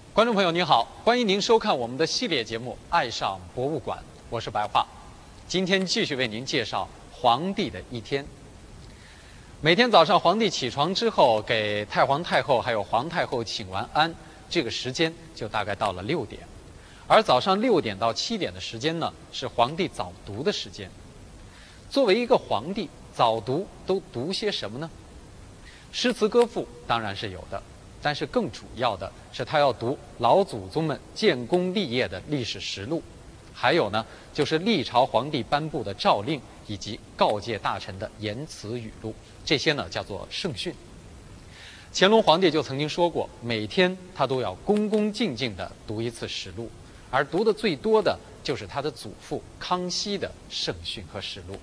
观众朋友您好，欢迎您收看我们的系列节目《爱上博物馆》，我是白桦。今天继续为您介绍皇帝的一天。每天早上皇帝起床之后，给太皇太后还有皇太后请完安，这个时间就大概到了6点。而早上6点到7点的时间呢，是皇帝早读的时间。作为一个皇帝，早读都读些什么呢？诗词歌赋当然是有的，但是更主要的是他要读老祖宗们建功立业的历史实录，还有呢就是历朝皇帝颁布的诏令以及告诫大臣的言辞语录，这些呢叫做圣训。乾隆皇帝就曾经说过，每天他都要恭恭敬敬地读一次实录，而读的最多的就是他的祖父康熙的圣训和实录。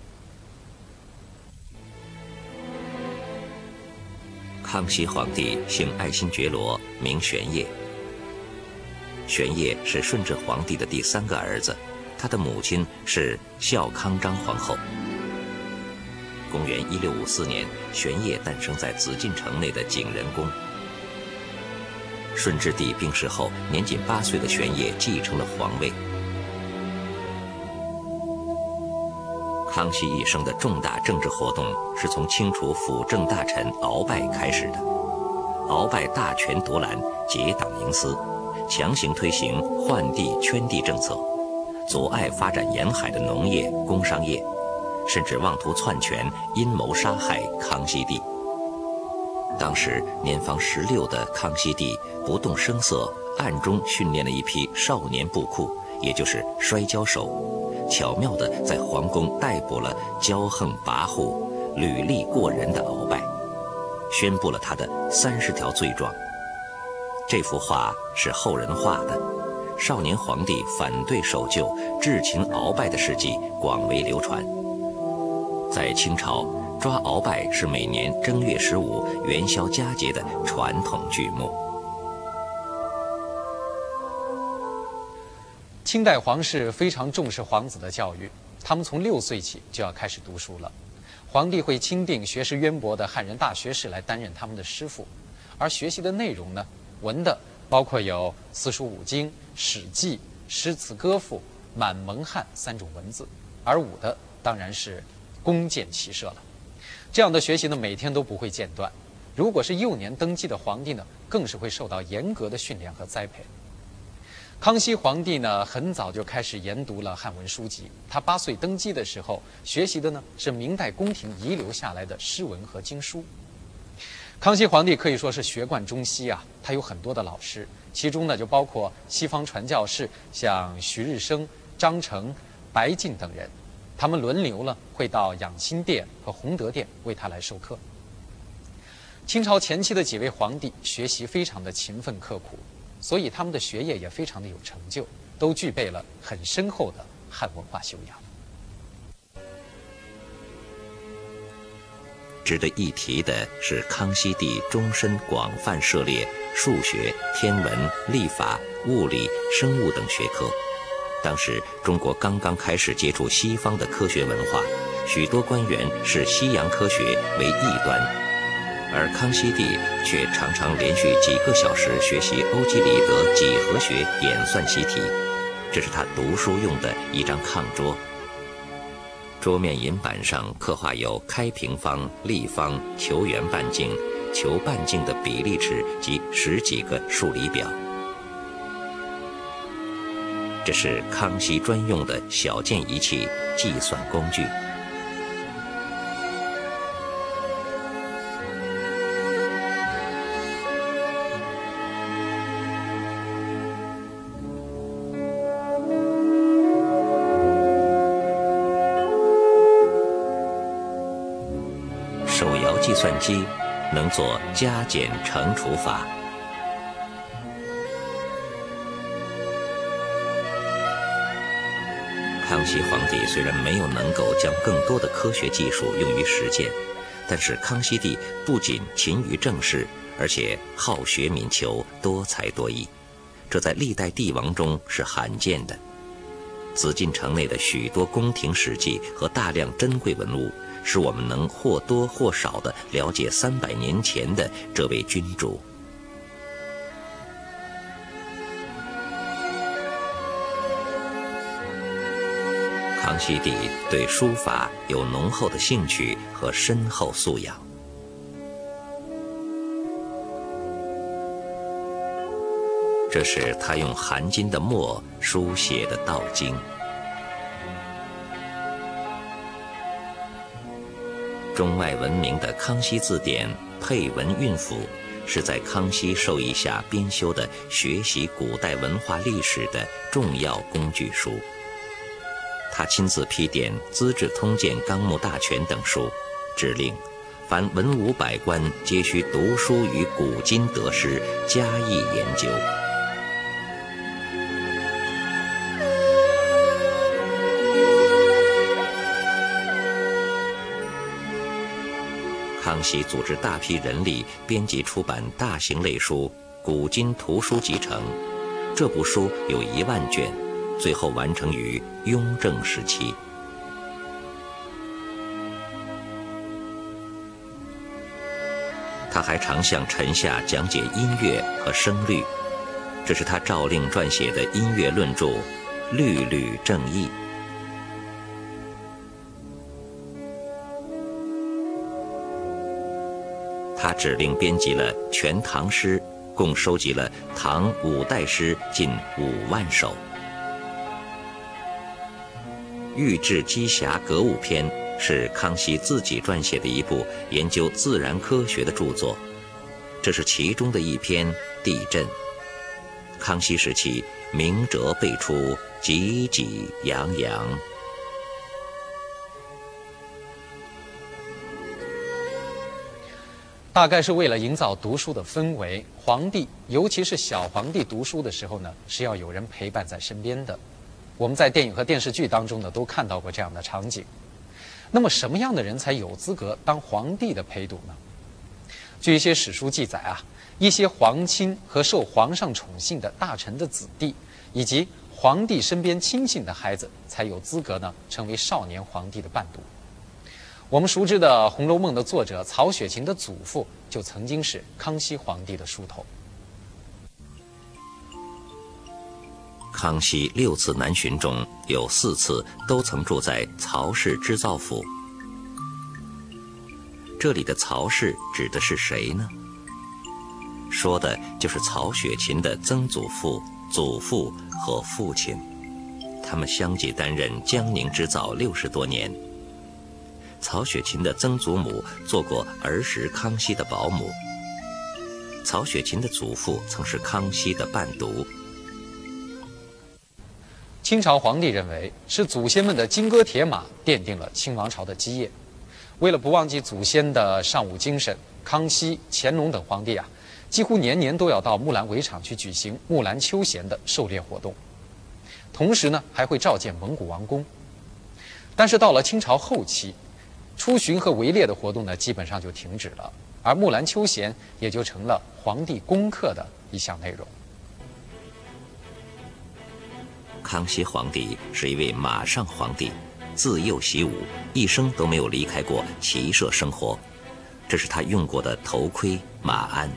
康熙皇帝姓爱新觉罗，名玄烨。玄烨是顺治皇帝的第3个儿子，他的母亲是孝康章皇后。公元1654年，玄烨诞生在紫禁城内的景仁宫。顺治帝病逝后，年仅8岁的玄烨继承了皇位。康熙一生的重大政治活动是从清除辅政大臣鳌拜开始的。鳌拜大权独揽，结党营私，强行推行换地圈地政策，阻碍发展沿海的农业、工商业，甚至妄图篡权，阴谋杀害康熙帝。当时年方16的康熙帝不动声色，暗中训练了一批少年布库，也就是摔跤手，巧妙地在皇宫逮捕了骄横跋扈、履历过人的鳌拜，宣布了他的30条罪状。这幅画是后人画的，少年皇帝反对守旧、智擒鳌拜的事迹广为流传。在清朝，抓鳌拜是每年正月15元宵佳节的传统剧目。 清代皇室非常重视皇子的教育，他们从6岁起就要开始读书了。皇帝会钦定学识渊博的汉人大学士来担任他们的师傅，而学习的内容呢，文的包括有四书五经、史记、诗词歌赋、满蒙汉3种文字，而武的当然是弓箭骑射了。这样的学习呢，每天都不会间断。如果是幼年登基的皇帝呢，更是会受到严格的训练和栽培。康熙皇帝呢，很早就开始研读了汉文书籍。他8岁登基的时候，学习的呢是明代宫廷遗留下来的诗文和经书。康熙皇帝可以说是学贯中西啊，他有很多的老师，其中呢就包括西方传教士，像徐日升、张成、白敬等人，他们轮流呢会到养心殿和弘德殿为他来授课。清朝前期的几位皇帝学习非常的勤奋刻苦，所以他们的学业也非常的有成就，都具备了很深厚的汉文化修养。 值得一提的是，康熙帝终身广泛涉猎数学、天文、历法、物理、生物等学科。当时中国刚刚开始接触西方的科学文化，许多官员视西洋科学为异端，而康熙帝却常常连续几个小时学习欧几里得几何学演算习题，这是他读书用的一张炕桌。桌面银板上刻画有开平方、立方、球圆半径、球半径的比例尺及10几个数理表。这是康熙专用的小件仪器计算工具。手摇计算机能做加减乘除法。康熙皇帝虽然没有能够将更多的科学技术用于实践，但是康熙帝不仅勤于政事，而且好学敏求，多才多艺，这在历代帝王中是罕见的。紫禁城内的许多宫廷史记和大量珍贵文物，使我们能或多或少地了解300年前的这位君主。 康熙帝对书法有浓厚的兴趣和深厚素养。这是他用含金的墨书写的道经。中外闻名的《康熙字典》配文韵符，是在康熙授意下编修的学习古代文化历史的重要工具书。他亲自批点《资治通鉴》《纲目大全》等书，指令凡文武百官皆须读书于古今得失，加以研究。康熙组织大批人力编辑出版大型类书《古今图书集成》，这部书有1万卷，最后完成于雍正时期。他还常向臣下讲解音乐和声律，这是他诏令撰写的音乐论著《律吕正义》。他指令编辑了全唐诗，共收集了唐5代诗近5万首。《御制机匣格物篇》是康熙自己撰写的一部研究自然科学的著作，这是其中的一篇《地震》。康熙时期名折辈出，济济洋洋。 大概是为了营造读书的氛围，皇帝，尤其是小皇帝读书的时候呢，是要有人陪伴在身边的。我们在电影和电视剧当中呢，都看到过这样的场景。那么，什么样的人才有资格当皇帝的陪读呢？据一些史书记载啊，一些皇亲和受皇上宠幸的大臣的子弟，以及皇帝身边亲信的孩子，才有资格呢成为少年皇帝的伴读。我们熟知的《红楼梦》的作者曹雪芹的祖父就曾经是康熙皇帝的书头。 康熙6次南巡中有4次都曾住在曹氏织造府。这里的曹氏指的是谁呢？说的就是曹雪芹的曾祖父、祖父和父亲，他们相继担任江宁织造60多年。曹雪芹的曾祖母做过儿时康熙的保姆，曹雪芹的祖父曾是康熙的伴读。 清朝皇帝认为是祖先们的金戈铁马奠定了清王朝的基业。为了不忘记祖先的尚武精神，康熙、乾隆等皇帝啊，几乎年年都要到木兰围场去举行木兰秋闲的狩猎活动，同时呢还会召见蒙古王公。但是到了清朝后期，出巡和围猎的活动呢，基本上就停止了，而木兰秋闲也就成了皇帝功课的一项内容。 康熙皇帝是一位马上皇帝，自幼习武，一生都没有离开过骑射生活，这是他用过的头盔马鞍。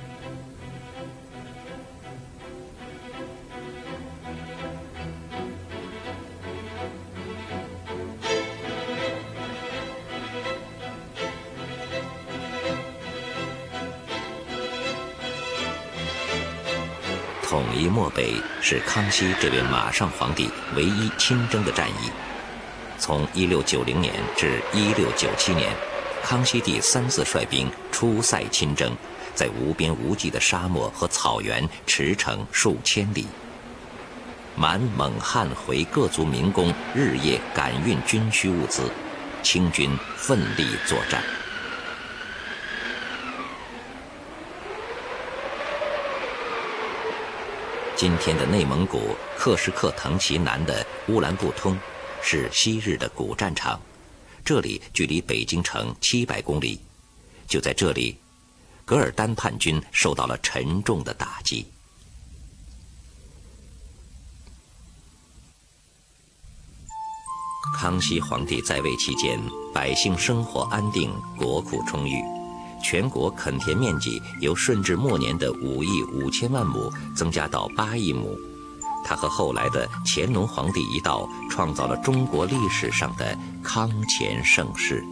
统一漠北是康熙这位马上皇帝唯一亲征的战役。从1690年至1697年，康熙帝3次率兵出塞亲征，在无边无际的沙漠和草原驰骋数千里。满蒙汉回各族民工日夜赶运军需物资，清军奋力作战。今天的内蒙古克什克腾旗南的乌兰布通是昔日的古战场，这里距离北京城700公里。就在这里，噶尔丹叛军受到了沉重的打击。康熙皇帝在位期间，百姓生活安定，国库充裕。全国垦田面积由顺治末年的5亿5千万亩增加到8亿亩， 他和后来的乾隆皇帝一道，创造了中国历史上的康乾盛世。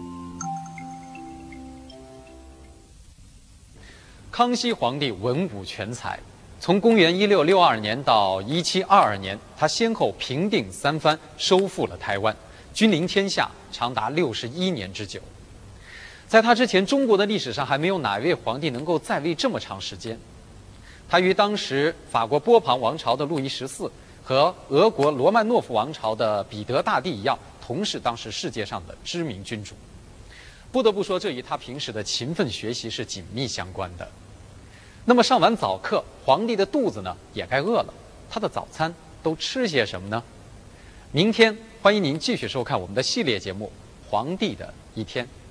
康熙皇帝文武全才，从公元1662年到1722年，他先后平定三藩，收复了台湾，君临天下长达61年之久。在他之前，中国的历史上还没有哪位皇帝能够在位这么长时间。他与当时法国波旁王朝的路易14和俄国罗曼诺夫王朝的彼得大帝一样，同是当时世界上的知名君主。不得不说，这与他平时的勤奋学习是紧密相关的。那么上完早课，皇帝的肚子呢也该饿了，他的早餐都吃些什么呢？明天欢迎您继续收看我们的系列节目《皇帝的一天》。